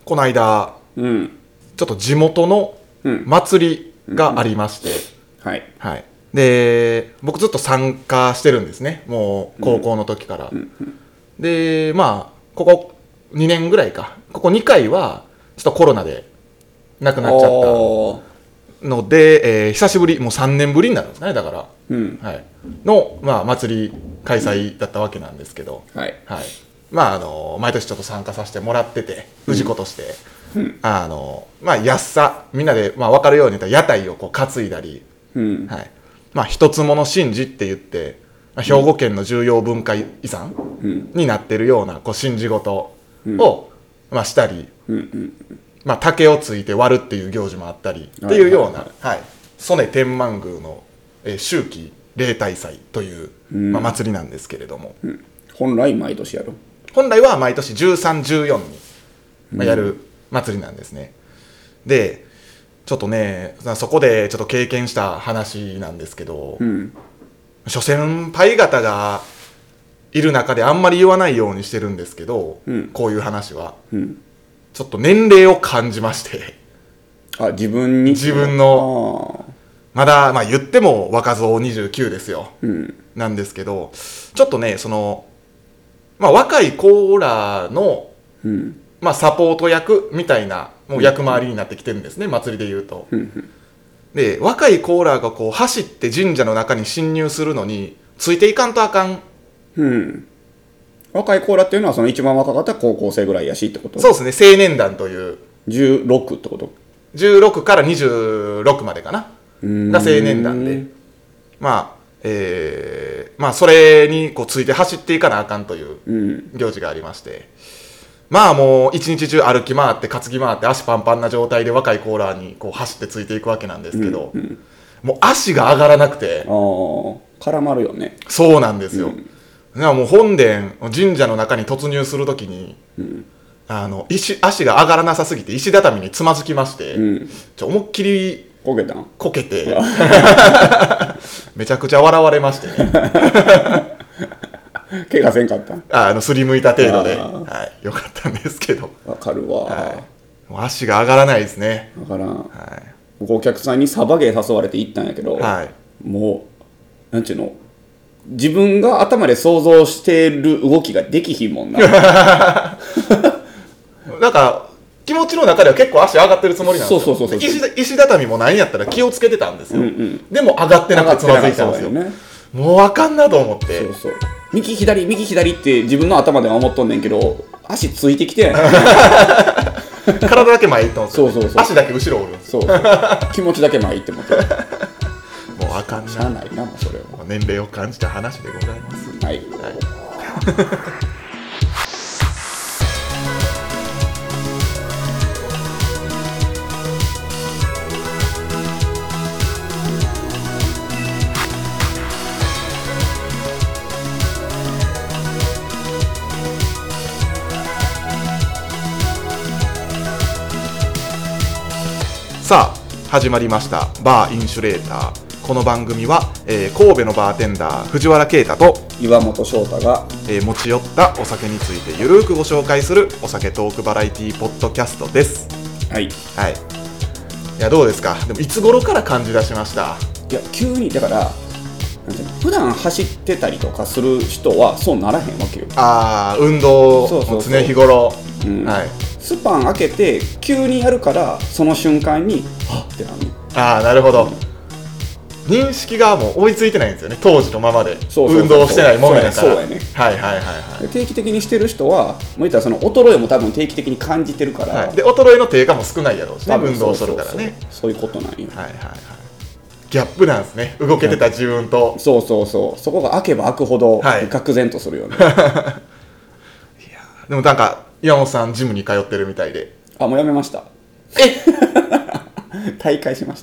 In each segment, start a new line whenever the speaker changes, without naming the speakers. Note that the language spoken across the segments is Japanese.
この間、
うん、
ちょっと地元の祭りがありまして、
はい
はい、で僕ずっと参加してるんですね、もう高校の時から、でまあここ2年ぐらいか、ここ2回はちょっとコロナで亡くなっちゃったので、久しぶり、もう3年ぶりになるんですね、だから、はい、の、まあ、祭り開催だったわけなんですけど、はいはい、まあ毎年ちょっと参加させてもらってて、氏子として、まあ、安さみんなで、まあ、分かるように言ったら屋台をこう担いだり、はいまあ、一つもの神事って言って、まあ、兵庫県の重要文化遺産になってるようなこう神事事を、まあ、したり、まあ、竹をついて割るっていう行事もあったりっていうような、曽根天満宮の、秋季例大祭という、まあ、祭りなんですけれども、
本来毎年やる？
本来は毎年13、14に、まあ、やる祭りなんですね。でちょっとね、そこでちょっと経験した話なんですけど、諸先輩方がいる中であんまり言わないようにしてるんですけど、こういう話は、ちょっと年齢を感じまして。
自
分のまだ、まあ、言っても若造29ですよ、なんですけど、ちょっとねその、まあ、若い子らの、まあ、サポート役みたいなもう役回りになってきてるんですね、祭りでいうと。で若い子らがこう走って神社の中に侵入するのについていかんとあかん。
若い子らっていうのはその一番若かった高校生ぐらいやしってこと？
そうですね、青年団という
16ってこと
？16から26までかなが青年団で、まあまあそれにこうついて走っていかなあかんという行事がありまして、まあもう一日中歩き回って担ぎ回って足パンパンな状態で若いコーラーにこう走ってついていくわけなんですけど、もう足が上がらなくて、
絡まるよね。
そうなんですよ。もう本殿神社の中に突入するときに、足が上がらなさすぎて石畳につまずきまして、思いっきりこけてめちゃくちゃ笑われましてね
怪我せんかった？
すりむいた程度で、よかったんですけど。
わかるわ、
もう足が上がらないですね。
わからん、僕お客さんにサバゲー誘われて行ったんやけど、もうなんちゅうの、自分が頭で想像してる動きができひんもんな
なんか気持ちの中では結構足上がってるつもりなんですよ。そう石畳もなんやったら気をつけてたんですよ、でも上がってなくてつまずいたんですよ、もうあかんなと思って、
右左右左って自分の頭では思っとんねんけど、足ついてきて
体だけ前行ったんですよ、足だけ後ろおるんですよ。
気持ちだけ前行ってもって
もうあかんな、
しゃあないな、もうそれは
年齢を感じた話でございます。さあ始まりましたバーインシュレーター。この番組は、神戸のバーテンダー藤原啓太と
岩本翔太が、
持ち寄ったお酒についてゆるくご紹介するお酒トークバラエティポッドキャストです。いやどうですか、でもいつ頃から感じ出しました？
いや急にだから普段走ってたりとかする人はそうならへんわけよ。
運動も常日頃、
スパン開けて急にやるからその瞬間にはっってなる。
なるほど、認識がもう追いついてないんですよね、当時のままで。運動してないもんやから。
そうやね。定期的にしてる人はもう言ったらその衰えも多分定期的に感じてるから、
で衰えの低下も少ないやろうしね、運動するからね。
そういうことなんよ。
ギャップなんですね、動けてた自分と。
そこが開けば開くほど愕然とするよね。いや
でもなんか岩本さんジムに通ってるみたいで。
もうやめました。大会しました。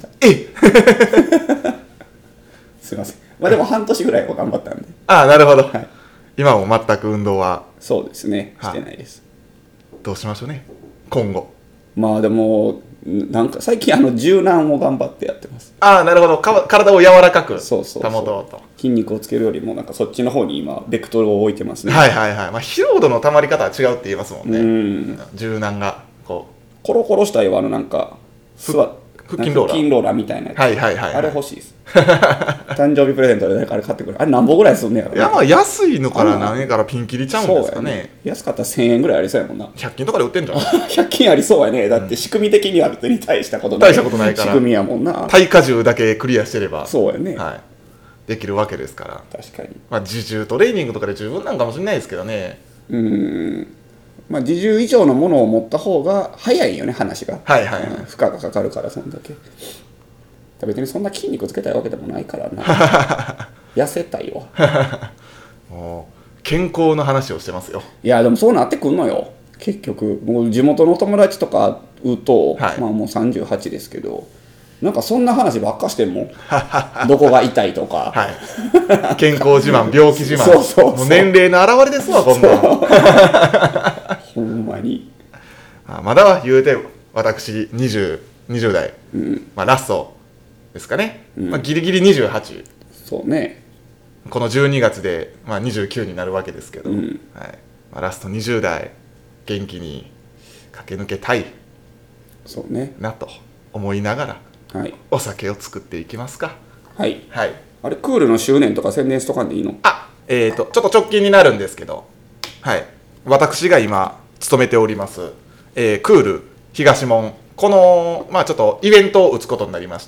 すいません。でも半年ぐらいは頑張ったんで。
なるほど、今も全く運動は？そう
ですね、してないです。
どうしましょうね今後。
でもなんか最近柔軟を頑張ってやってます。
なるほど、体を柔らかく保とうと。
筋肉をつけるよりもなんかそっちの方に今ベクトルを置いてますね。
疲労度の溜まり方は違うって言いますもんね。柔軟がこう
コロコロしたいわ、なんか
腹筋ローラー
腹筋ローラーみたいなやつ、
はいはいはい、はい、
あれ欲しいです誕生日プレゼントで誰かあれ買ってくる。あれ何本ぐらいすんねやろ。
いやまあ安いのから何円からピンキリちゃうんですかね。
安かったら1000円ぐらいありそうやもんな。
100均とかで売ってんじゃん
100均ありそうやね。だって仕組み的には別に大したこと
ないから
仕組みやもんな。
耐荷重だけクリアしてれば
そうやね、
はい、できるわけですから。
確かに、
まあ、自重トレーニングとかで十分なんかもしれないですけどね。
まあ、自重以上のものを持った方が早いよね、話が。
はいはいはい、
負荷がかかるから、そんだけ。別にそんな筋肉つけたいわけでもないからな痩せたいわ
もう健康の話をしてますよ。
いやでもそうなってくんのよ結局。もう地元の友達とか会うと、
はい、
まあもう38ですけど、なんかそんな話ばっかしてんもんどこが痛いとか、
はい、健康自慢病気自慢
そう
もう年齢の表れですわこんなん
ほんまに。
まだは言うて私20代、まあ、ラストですかね、まあ、ギリギリ28。
そうね、
この12月で、まあ、29になるわけですけど、はい、まあ、ラスト20代元気に駆け抜けたい
そうね
なと思いながら、
はい、
お酒を作っていきますか。
はい、
はい、
あれクールの周年とか宣伝しとかんでいいの？
ちょっと直近になるんですけど、はい、私が今勤めております、クール東門、この、まあ、ちょっとイベントを打つことになりまして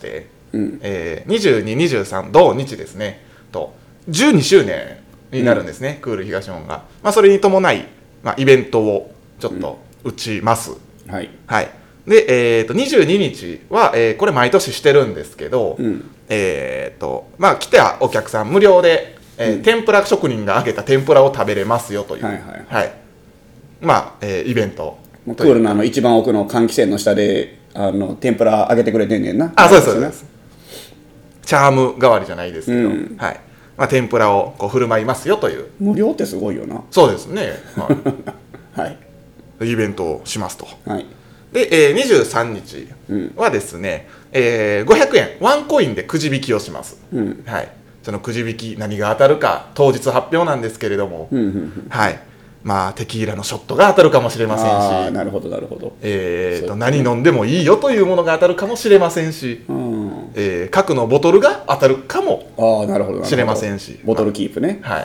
、22、23同日ですねと12周年になるんですね、クール東門が、まあ、それに伴い、まあ、イベントをちょっと打ちます、
はい、
はい、で、22日は、これ毎年してるんですけど、まあ、来たお客さん無料で、天ぷら職人が揚げた天ぷらを食べれますよという、はい、まあ、イベント。
クールの一番奥の換気扇の下で天ぷら揚げてくれてんねんな。
そうですそうです。チャーム代わりじゃないですけど、はい、まあ、天ぷらをこう振る舞いますよという。
無料ってすごいよな。
そうですね、
はい、
イベントをしますと。
はい、
で、23日はですね、500円ワンコインでくじ引きをします、はい、そのくじ引き何が当たるか当日発表なんですけれども、はい、まあ、テキーラのショットが当たるかもしれませんし、
なるほどなるほど、
何飲んでもいいよというものが当たるかもしれませんし、核のボトルが当たるかもしれませんし、
ボトルキープね、
はい、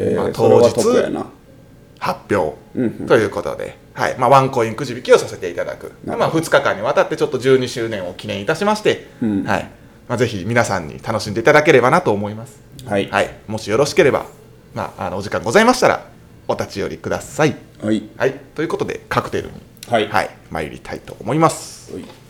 まあ、当日発表ということで、はい、まあ、ワンコインくじ引きをさせていただく、まあ、2日間にわたってちょっと12周年を記念いたしまして、はい、まあ、ぜひ皆さんに楽しんでいただければなと思います、
はい
はい、もしよろしければ、まあ、お時間ございましたらお立ち寄りください。
はい、
はい、ということでカクテルに、
はい
はい、参りたいと思います。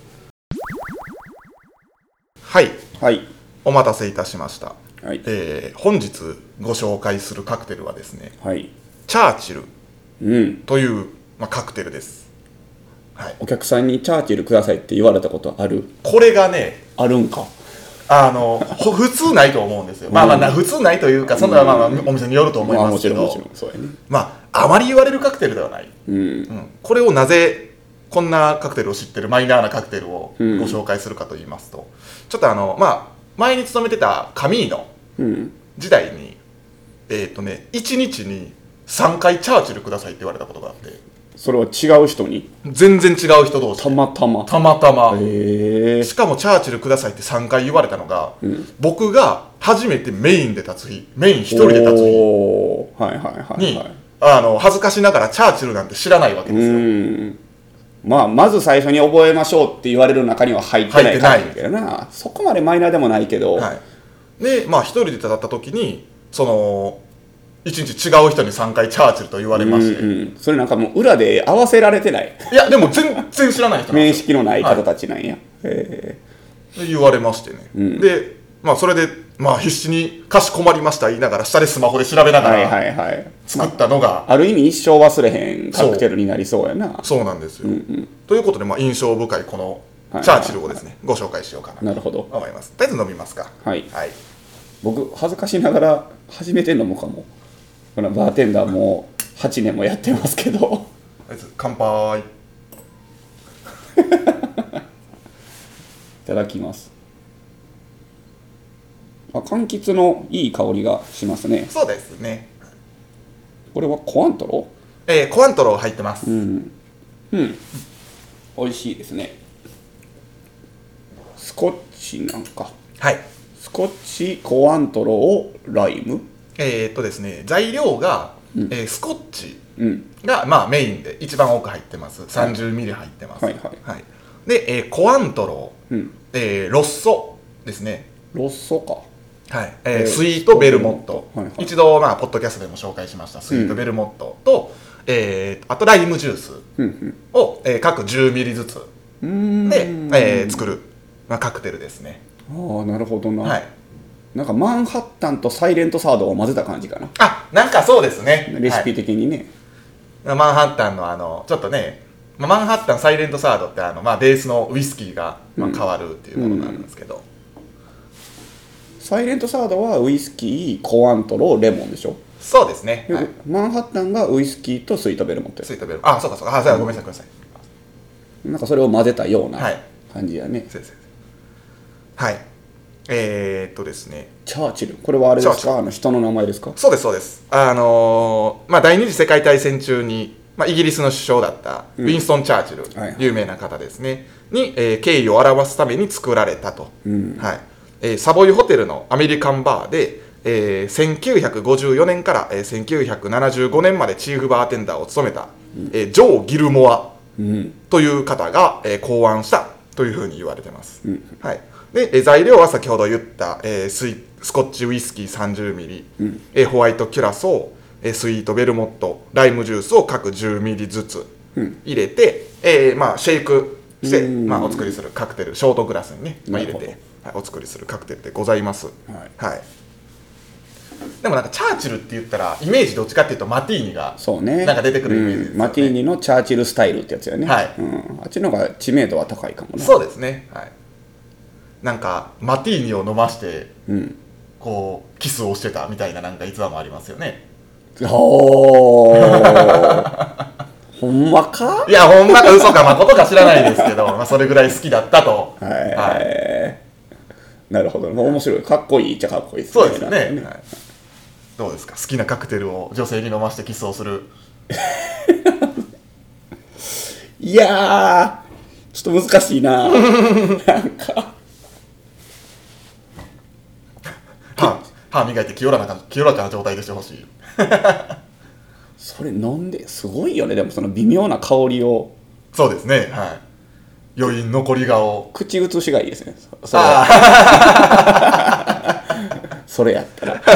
はい、
はい、
お待たせいたしました、
はい、
本日ご紹介するカクテルはですね、
はい、
チャーチルという、まあ、カクテルです、はい、
お客さんにチャーチルくださいって言われたことある？
これがね、
あるんか。
普通ないと思うんですよ。まあまあ普通ないというか、そんなまあお店によると思いますけど、
もちろんそうやね。
まああまり言われるカクテルではない。これをなぜこんなカクテルを知ってるマイナーなカクテルをご紹介するかと言いますと、ちょっとまあ前に勤めてたカミーノ時代に1日に3回チャーチルくださいって言われたことがあって。
それは違う人に？
全然違う人同士。
たまたま。
しかもチャーチルくださいって3回言われたのが、僕が初めてメインで立つ日、メイン一人で立つ日に恥ずかしながらチャーチルなんて知らないわけですよ。
まあ、まず最初に覚えましょうって言われる中には入ってない感じだけどな。そこまでマイナーでもないけど、
はい、でまあ一人で立った時に一日違う人に3回チャーチルと言われまして、
それなんかもう裏で合わせられてない？
いやでも全然知らない人なんですよ。
面識のない方たちなんや、
で言われましてね、でまあそれでまあ必死にかしこまりました言いながら下でスマホで調べながら作ったのが、
ある意味一生忘れへんカクテルになりそうやな。
そうなんですよ、ということで、まあ、印象深いこのチャーチルをですね、ご紹介しようかなと思います。とりあえず飲みますか。
はい、僕恥ずかしながら初めて飲むかも。このバーテンダーも8年もやってますけど
乾杯い
ただきます。柑橘のいい香りがしますね。
そうですね。
これはコアントロ？
コアントロ入ってます。
美味しいですね。スコッチなんか。
はい。
スコッチコアントロをライム。
ですね、材料が、スコッチが、まあ、メインで一番多く入ってます。30ミリ入ってます。
はいはい
はい。で、コアントロ、ロッソですね。
ロッソか。
はい。スイートベルモット。
はいはい、
一度、まあ、ポッドキャストでも紹介しましたスイートベルモットと、あとライムジュースを、各10ミリずつで、作る、まあ、カクテルですね。
ああ、なるほどな。
はい。
なんかマンハッタンとサイレントサードを混ぜた感じかな。
あ、なんかそうですね。
レシピ的にね。
はい、マンハッタンのちょっとね、マンハッタンサイレントサードってまあ、ベースのウイスキーが、まあ、変わるっていうものなんですけど、
サイレントサードはウイスキー、コアントロ、レモンでしょ。
そうですね。はい、
マンハッタンがウイスキーとスイートベルモント。
スイートベルモント。あ、そうかそうか。ごめんなさいごめんなさい。
なんかそれを混ぜたような感じやね。
はい。ですね。
チャーチル。これはあれですか？人の名前ですか？
そうですそうです。まあ、第二次世界大戦中に、まあ、イギリスの首相だったウィンストン・チャーチル、有名な方ですねに、敬意を表すために作られたと、はい。サボイホテルのアメリカンバーで、1954年から、1975年までチーフバーテンダーを務めた、ジョー・ギルモアという方が、考案したというふうに言われてます。はい。で、材料は先ほど言った、スコッチウイスキー30ミリ、ホワイトキュラソー、スイートベルモット、ライムジュースを各10ミリずつ入れて、まあ、シェイクして、まあ、お作りするカクテル、ショートグラスにね、まあ、入れて、はい、お作りするカクテルでございます。はい。でもなんかチャーチルって言ったらイメージどっちかっていうとマティーニがなんか出てくるイメージですよね。
マティーニのチャーチルスタイルってやつやね。
はい。
あっちの方が知名度は高いかもね。
そうですね。はい。なんかマティーニを飲まして、こうキスをしてたみたいななんか逸話もありますよね。
ほんまか？
いや、ほんまか嘘か誠か知らないですけど、まあそれぐらい好きだったと。
はい。なるほど。面白い。かっこいいっちゃかっこいいです
ね。そうですね。はい、どうですか？好きなカクテルを女性に飲ましてキスをする。
いやー、ちょっと難しいな。なんか。
歯磨いて清らかな状態でしてほしい。
それ飲んですごいよね。でもその微妙な香りを。
そうですね。はい。余韻残り顔。
口移しがいいですね。それやったら。はい、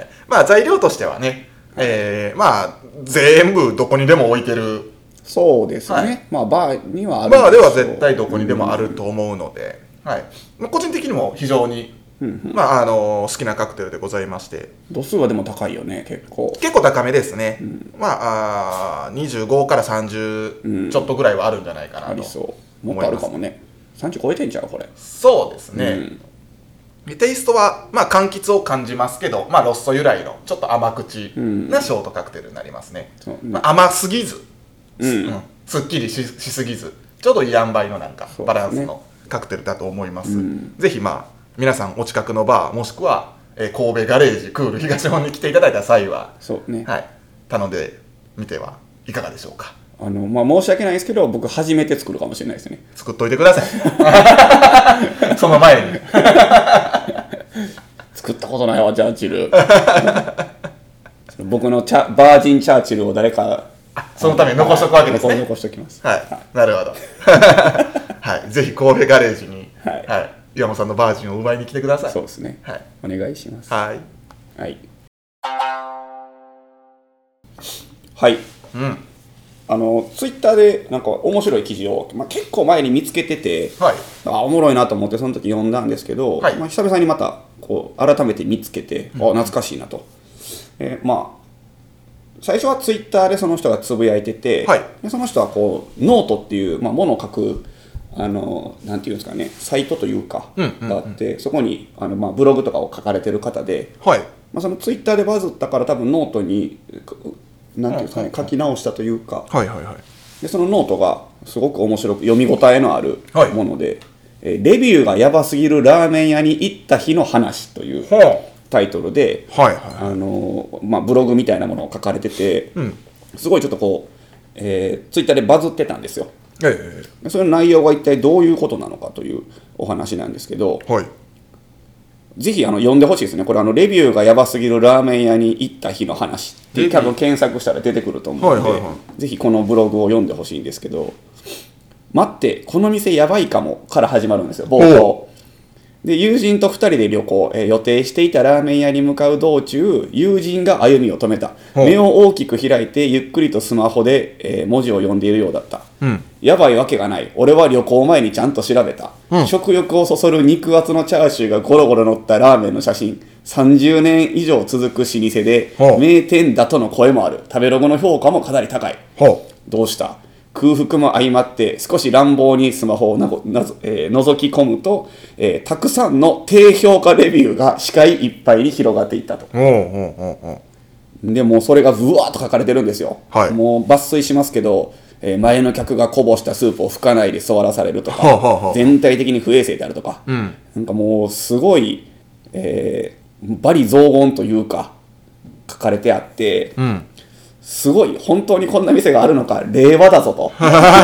まあ材料としてはね、まあ全部どこにでも置いてる。
そうですね。はい、まあバーにはある。
バーでは絶対どこにでもあると思うので、はい。個人的にも非常に。まあ好きなカクテルでございまして、
度数はでも高いよね。結構
高めですね。まあ25から30ちょっとぐらいはあるんじゃないかなと、あり
そう。もっとあるかもね。30超えてんちゃうこれ。そうです
ね。テイストはまあ柑橘を感じますけど、まあロッソ由来のちょっと甘口なショートカクテルになりますね。まあ、甘すぎず、すっきり しすぎず、ちょうどいい塩梅のなんかバランスのカクテルだと思います。ぜひまあ皆さんお近くのバーもしくは、神戸ガレージクール東本に来ていただいた際は、
そうね、
はい、頼んでみてはいかがでしょうか。
まあ、申し訳ないですけど僕初めて作るかもしれないですね。
作っといてください。その前に
作ったことないわチャーチル。僕のバージンチャーチルを誰か
そのために残しとくわけですね。
残しときます。
はい、なるほど。はい、ぜひ神戸ガレージに、はい、岩本さんのバージンを奪いに来てください。
そうですね。はい、お願いします。
はい。
はい。はい。ツイッターでなんか面白い記事を、まあ、結構前に見つけてて、おもろいなと思ってその時読んだんですけど、まあ、久々にまたこう改めて見つけて、懐かしいなと。まあ最初はツイッターでその人がつぶやいてて、でその人はこうノートっていう、まあ、ものを書くなんていうんですかね、サイトというかがあって、そこにまあブログとかを書かれてる方で、まあ、そのツイッターでバズったから多分ノートになんていうんですかね、書き直したというか、でそのノートがすごく面白く読み応えのあるもので、レビューがやばすぎるラーメン屋に行った日の話というタイトルで、まあ、ブログみたいなものを書かれてて、すごいちょっとこうツイッターでバズってたんですよ。その内容が一体どういうことなのかというお話なんですけど、はい、ぜひ読んでほしいですね。これレビューがやばすぎるラーメン屋に行った日の話って多分検索したら出てくると思うので、はいはいはい、ぜひこのブログを読んでほしいんですけど、待ってこの店やばいかもから始まるんですよ、冒頭で。友人と2人で旅行、予定していたラーメン屋に向かう道中、友人が歩みを止めた。目を大きく開いてゆっくりとスマホで、文字を読んでいるようだった、うん、やばいわけがない。俺は旅行前にちゃんと調べた、うん、食欲をそそる肉厚のチャーシューがゴロゴロ乗ったラーメンの写真。30年以上続く老舗で名店だとの声もある。食べログの評価もかなり高い。どうした？空腹も相まって少し乱暴にスマホを覗き込むと、たくさんの低評価レビューが視界いっぱいに広がっていったと。でもうそれがブワーッと書かれてるんですよ、はい、もう抜粋しますけど、前の客がこぼしたスープを拭かないで座らされるとか、全体的に不衛生であるとか、うん、なんかもうすごい、罵詈雑言というか書かれてあって、うん、すごい本当にこんな店があるのか令和だぞと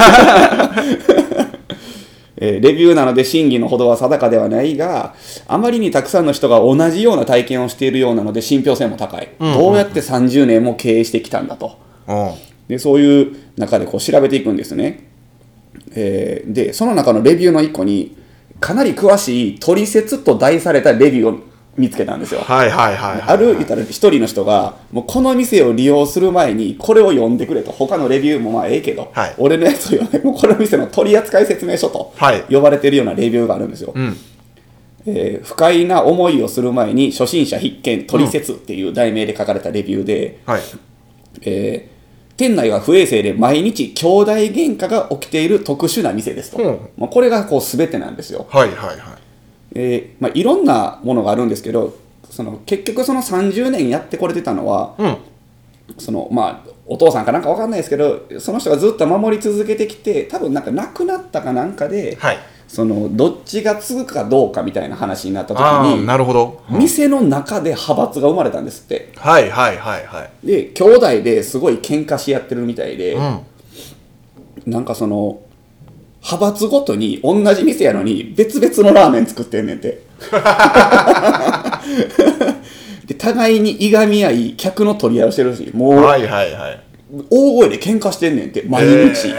レビューなので真偽のほどは定かではないが、あまりにたくさんの人が同じような体験をしているようなので信憑性も高い、どうやって30年も経営してきたんだと、でそういう中でこう調べていくんですね。でその中のレビューの一個にかなり詳しい取説と題されたレビューを見つけたんですよ。ある言ったら一人の人がもうこの店を利用する前にこれを読んでくれと、他のレビューもまあええけど、はい、俺のやつを読んでもうこの店の取扱説明書と呼ばれているようなレビューがあるんですよ、うん。不快な思いをする前に初心者必見取説っていう題名で書かれたレビューで、はい、店内は不衛生で毎日兄弟喧嘩が起きている特殊な店ですと、まあ、これがこう全てなんですよ。はいはいはい。いろんなものがあるんですけど、結局その30年やってこれてたのは、うん、お父さんかなんか分かんないですけど、その人がずっと守り続けてきて、多分なんか亡くなったかなんかで、はい、どっちが継ぐかどうかみたいな話になった時に、なるほど、うん、店の中で派閥が生まれたんですって。はいはいはいはい。で兄弟ですごい喧嘩し合ってるみたいで、うん、なんか派閥ごとに同じ店やのに別々のラーメン作ってんねんてで互いにいがみ合い客の取り合いをしてるし、もう、はいはいはい、大声で喧嘩してんねんて毎日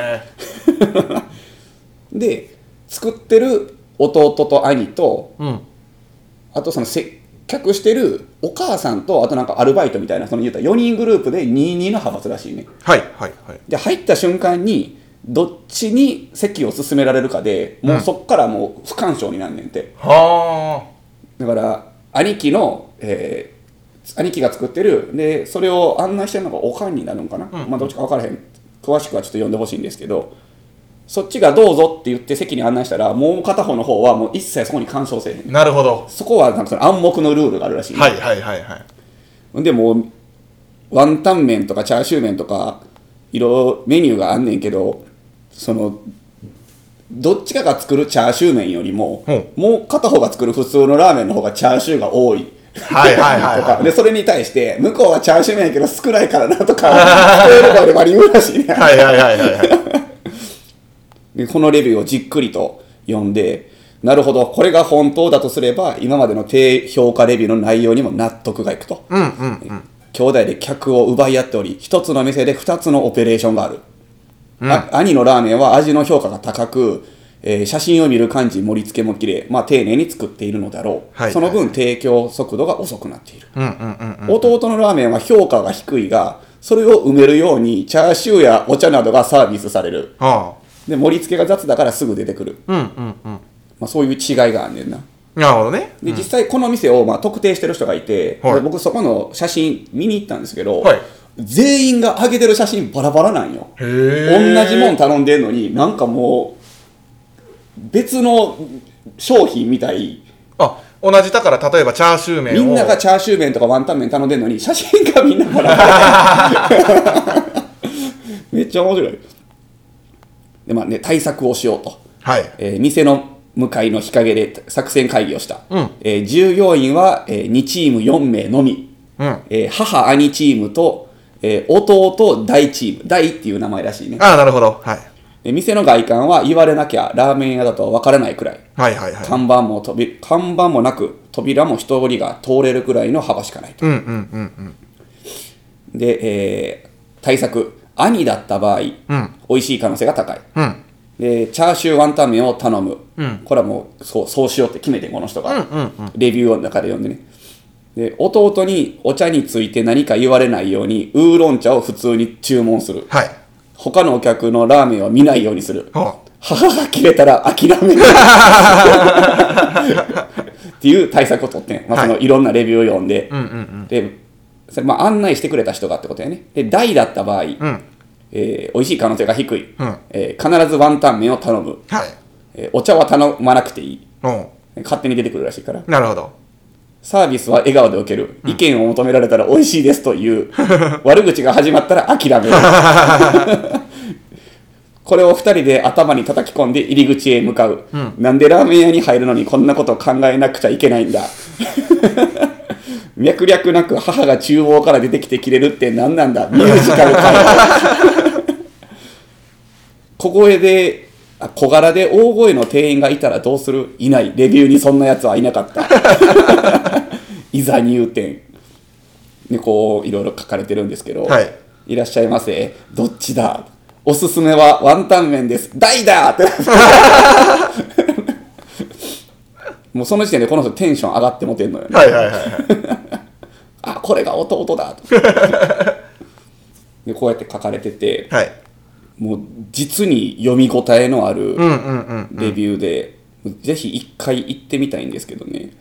で作ってる弟と兄と、うん、あと接客してるお母さんと、あとなんかアルバイトみたいな、言った4人グループで22の派閥らしいね。はいはいはい。で入った瞬間にどっちに席を進められるかで、もうそっからもう不干渉になんねんて、うん、はあ。だから兄貴の、兄貴が作ってるで、それを案内してるのがおかんになるのかな、うん、まあどっちか分からへん、詳しくはちょっと読んでほしいんですけど、そっちがどうぞって言って席に案内したら、もう片方の方はもう一切そこに干渉せえへん。なるほど。そこはなんか暗黙のルールがあるらしい、ね、はいはいはいはい。でもワンタン麺とかチャーシュー麺とかいろいろメニューがあんねんけど、どっちかが作るチャーシュー麺よりも、もう片方が作る普通のラーメンの方がチャーシューが多いはいはいはい、はい、とかで、それに対して向こうはチャーシュー麺やけど少ないからなとかそういうのが言うらしいねはいはいはいはいでこのレビューをじっくりと読んで、なるほどこれが本当だとすれば今までの低評価レビューの内容にも納得がいくと、うんうんうん、兄弟で客を奪い合っており、一つの店で二つのオペレーションがある、うん、兄のラーメンは味の評価が高く、写真を見る感じ盛り付けも綺麗、まあ、丁寧に作っているのだろう、はい、その分提供速度が遅くなっている、うんうんうんうん、弟のラーメンは評価が低いが、それを埋めるようにチャーシューやお茶などがサービスされる、はあ、で盛り付けが雑だからすぐ出てくる、うんうんうん、まあ、そういう違いがあんねんな。なるほどね、で実際この店をまあ特定してる人がいて、はい、僕そこの写真見に行ったんですけど、はい、全員が上げてる写真バラバラなんよ。同じもん頼んでんのになんかもう別の商品みたい。あ、同じだから、例えばチャーシュー麺をみんながチャーシュー麺とかワンタン麺頼んでんのに写真がみんなバラバラめっちゃ面白いで、まあね、対策をしようと、はい、店の向かいの日陰で作戦会議をした、うん、従業員は、2チーム4名のみ、うん、母兄チームと、 弟大チーム、大っていう名前らしいね。
ああ、なるほど。はい。
で店の外観は言われなきゃラーメン屋だとは分からないくらい。
はいはいはい。
看板もなく、扉も一人が通れるくらいの幅しかないと。
うんうんうんうん。
で、対策。兄だった場合、美味しい可能性が高い。
うん。
で、チャーシューワンタン麺を頼む。
うん
これはもうそうしようって決めて、この人が。
うんうんうん。
レビューの中で読んでね。で、弟にお茶について何か言われないように、ウーロン茶を普通に注文する。
はい。
他のお客のラーメンは見ないようにする。
は
母が切れたら諦める。っていう対策を取ってん。まあ、そのいろんなレビューを読んで。
うんうんうん。
で、それまあ案内してくれた人がってことやね。で、大だった場合、
うん。
美味しい可能性が低い、
うん
必ずワンタン麺を頼む、
はい。
お茶は頼まなくていい。
うん。
勝手に出てくるらしいから。
なるほど。
サービスは笑顔で受ける。意見を求められたら美味しいですという。悪口が始まったら諦める。これを2人で頭に叩き込んで入り口へ向かう、なんでラーメン屋に入るのにこんなことを考えなくちゃいけないんだ。脈略なく母が厨房から出てきて切れるって何なんだ。ミュージカル会話。小柄で大声の店員がいたらどうする？いない。レビューにそんなやつはいなかった。いざ入店。で、こう、いろいろ書かれてるんですけど、
はい。
いらっしゃいませ。どっちだ？おすすめはワンタン麺です。大だって。もうその時点でこの人テンション上がってもてんのよね。
はいはいはいはい。
あ、これが弟だと。で、こうやって書かれてて、
はい。
もう実に読み応えのある
うんうんうんうん。
レビューで、ぜひ一回行ってみたいんですけどね。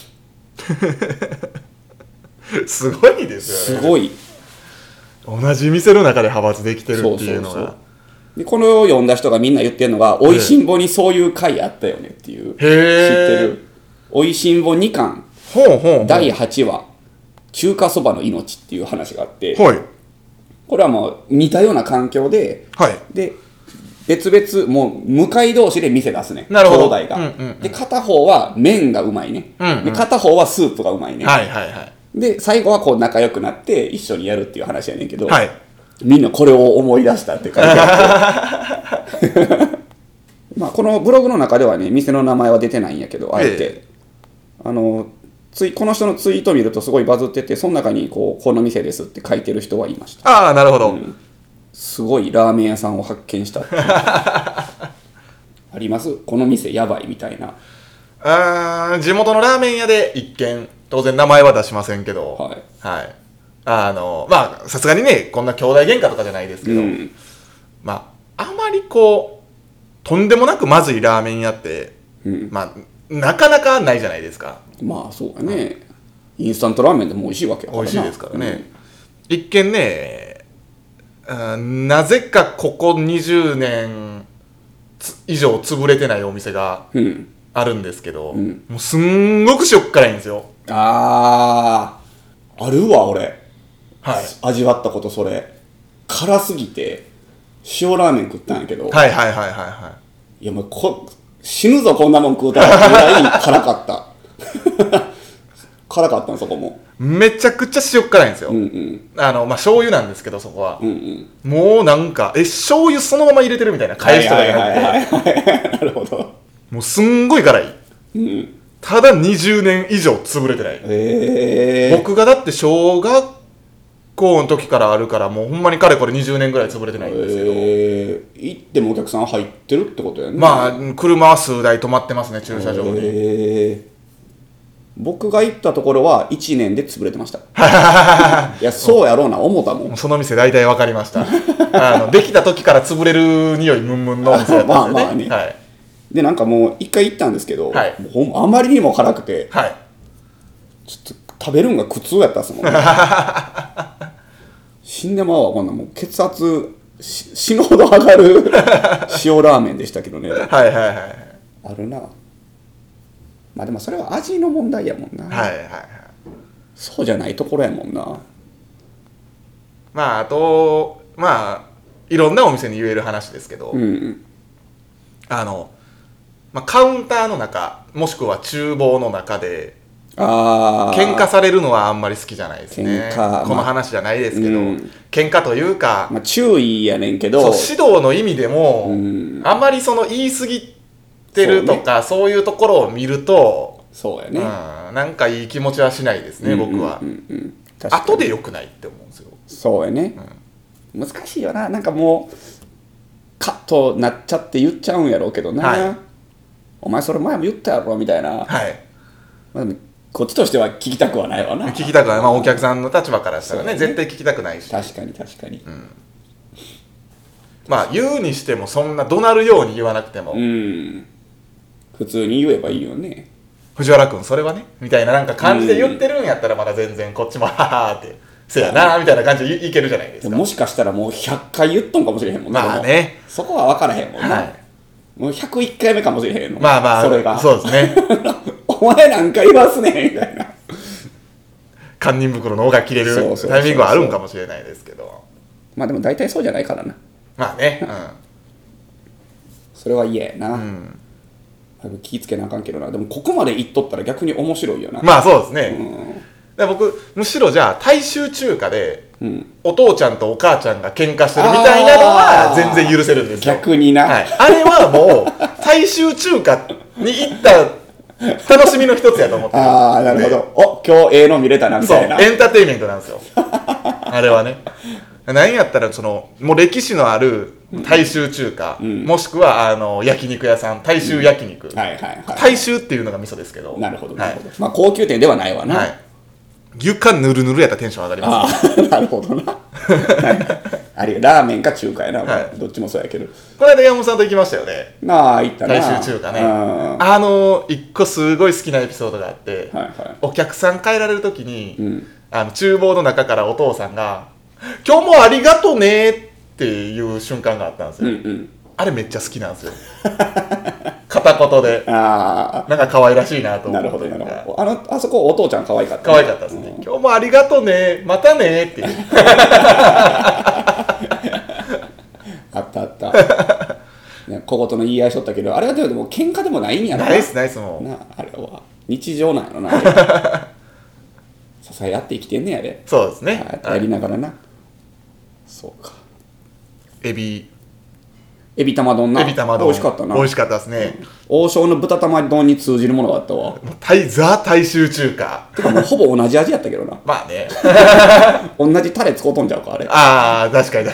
すごいですよね。
すごい。
同じ店の中で派閥できてるっていうの
そうそうそ
が。
う。で、これを読んだ人がみんな言ってるのが、おいしんぼにそういう回あったよねっていう。知って
へー。
る。おいしんぼ2巻、
ほうほうほう。
第8話、中華そばの命っていう話があって、
はい。
これはもう似たような環境で、
はい。
で、別々、もう向かい同士で店出すね。
なるほど
兄弟が、
うんうんうん。
で、片方は麺がうまいね。
うんうん。
で、片方はスープがうまいね。
はいはいはい。
で、最後はこう仲良くなって一緒にやるっていう話やねんけど、
はい。
みんなこれを思い出したって書いてあってまあこのブログの中ではね、店の名前は出てないんやけど、あえて、この人のツイートを見るとすごいバズってて、その中にこの店ですって書いてる人はいました。
ああ、なるほど。
すごいラーメン屋さんを発見したっていうあります？この店やばいみたいな。
地元のラーメン屋で一軒、当然名前は出しませんけど、
はい。
はい。まあ、さすがにね、こんな兄弟喧嘩とかじゃないですけど、まあ、あまりこう、とんでもなくまずいラーメン屋って、まあ、なかなかないじゃないですか。
まあそうだね。インスタントラーメンでも美味しいわけやからな。
美味しいですからね。一見ね、なぜかここ20年以上潰れてないお店があるんですけど、もうすんごく塩っ辛いんですよ。
あるわ俺。
はい。
味わったことそれ。辛すぎて塩ラーメン食ったんやけど。
はいはいはいはいはい。
いやもう死ぬぞこんなもん食うたらぐらい辛かった。辛かったんそこも。
めちゃくちゃ塩っ辛いんですよ。まあ醤油なんですけどそこは。もうなんか醤油そのまま入れてるみたいな返しとかじゃなくて。
なるほど。
もうすんごい辛い。ただ20年以上潰れてない。僕がだって小学校の時からあるからもうほんまにかれこれ20年ぐらい潰れてないんですけど。
行ってもお客さん入ってるってことやね。ま
あ車は数台止まってますね駐車場に。
僕が行ったところは1年で潰れてました。いやそうやろうな思ったもん。
その店大体分かりました。できた時から潰れる匂いムンムンのお店だったんですよね。はい。
でなんかもう一回行ったんですけど、
はい、
あまりにも辛くて、
はい、
ちょっと食べるんが苦痛やったっすもんね。死んでまうわこんなもう血圧死ぬほど上がる塩ラーメンでしたけどね。
はいはいはい。
あるな。まあでもそれは味の問題やもんな。
はいはいはい。
そうじゃないところやもんな。
まああとまあいろんなお店に言える話ですけど、まあ、カウンターの中もしくは厨房の中で喧嘩されるのはあんまり好きじゃないですね。この話じゃないですけど、喧嘩というか、
注意やねんけど、
指導の意味でも、あまりその言い過ぎてるとか、そういうところを見ると、
そうやね、
なんかいい気持ちはしないですね、僕は。後で良くないって思うんですよ。
そうやね、難しいよな。なんかもうカッとなっちゃって言っちゃうんやろうけどな、お前それ前も言ったやろみたいな、こっちとしては聞きたくはないわな。
聞きたくない、お客さんの立場からしたらね、絶対聞きたくないし。
確かに、
言うにしてもそんな怒鳴るように言わなくても、
普通に言えばいいよね。
藤原君それはねみたいななんか感じで言ってるんやったらまだ全然こっちもははってせやなみたいな感じでいけるじゃないですか。
もしかしたらもう100回言っとんかもしれへんもんね。そこは分からへんもんな、もう101回目かもしれへんの。それが
そうですね
お前なんか言わすねんみたいな
堪忍袋の尾が切れるタイミングはあるんかもしれないですけど、
でも大体そうじゃないからな。それは嫌やな、気ぃつけなあかんけどな。でもここまで言っとったら逆に面白いよな。
そうですね、で僕むしろじゃあ大衆中華で、お父ちゃんとお母ちゃんが喧嘩してるみたいなのは全然許せるんですよ。
逆にな、
あれはもう大衆中華に行った楽しみの一つやと思って
なるほど。今日の見れたなみたいな。
エンターテインメントなんですよあれはね。何やったらもう歴史のある大衆中華、もしくは焼肉屋さん、大衆焼肉、大衆っていうのが味噌ですけど。
なるほど、高級店ではないわな。
床ぬるぬるやったらテンション上がります。
なるほどなラーメンか中華やな、どっちもそうやけど。
この間山本さんと行きましたよね。
行ったな。
大衆中華ね。一個すごい好きなエピソードがあって、お客さん帰られる時に、厨房の中からお父さんが今日もありがとねっていう瞬間があったんですよ。あれめっちゃ好きなんですよ片言でなんか可愛らしいなと思って。なるほ
ど。あそこお父ちゃん可愛かった。
可愛かったですね。今日もありがとねまたねっていう
あった小言の言い合いしとったけど、あれはでも喧嘩でもないんやろな。
ナイスもう
あれは日常なんやろな支え合って生きてんねやで。
そうですね、
やりながらな。そうか。エビ玉丼な。美味しかったな。
美味しかったですね。
王将の豚玉丼に通じるものがあったわ。
ザ大衆中華
てかもうほぼ同じ味やったけどな同じタレ使うとんじゃうかあれ。
確かに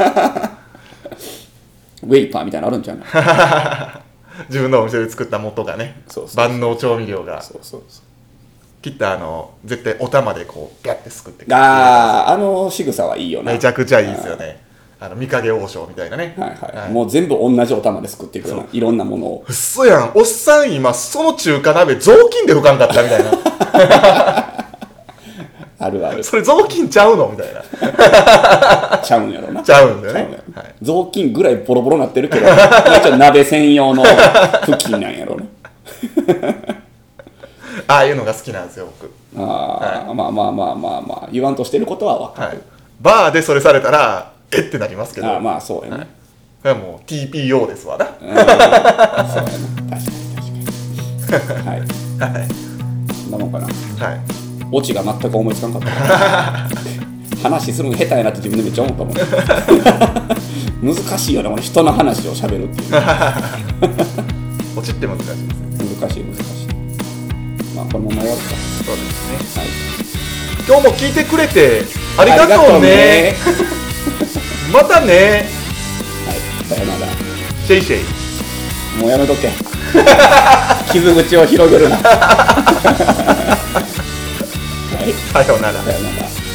ウェイパーみたいなのあるんじゃない
自分のお店で作った元がね、万能調味料がきっと絶対お玉でこうビャってすくって
仕草はいいよな。
めちゃくちゃいいですよね。御影王将みたいなね。
もう全部同じお玉ですくっていくような、いろんなものを。
うっそやん、おっさん今その中華鍋雑巾で拭かんかったみたいな
あるある。
それ雑巾ちゃうのみたいな
ちゃうんやろな。
ちゃうんだよね。
雑巾ぐらいボロボロなってるけど一応鍋専用の布巾なんやろな
ああいうのが好きなんですよ僕。
まあ言わんとしてることは分かる。
バーでそれされたらってなりますけど。
そうやね。
もう TPO ですわな。
そうやな。確かにそんなもんかな。オチが全く思いつかんかった話するの下手やなって自分でめっちゃ思ったもん難しいよね、人の話をしゃべるっていう
オチって難しいですね。
難しい。このまま終わるか。
そうですね。今日も聞いてくれてありがとうねまたね。
さよなら。
シェイシェイ。
もうやめとけ傷口を広げるな
さよなら。
さよなら。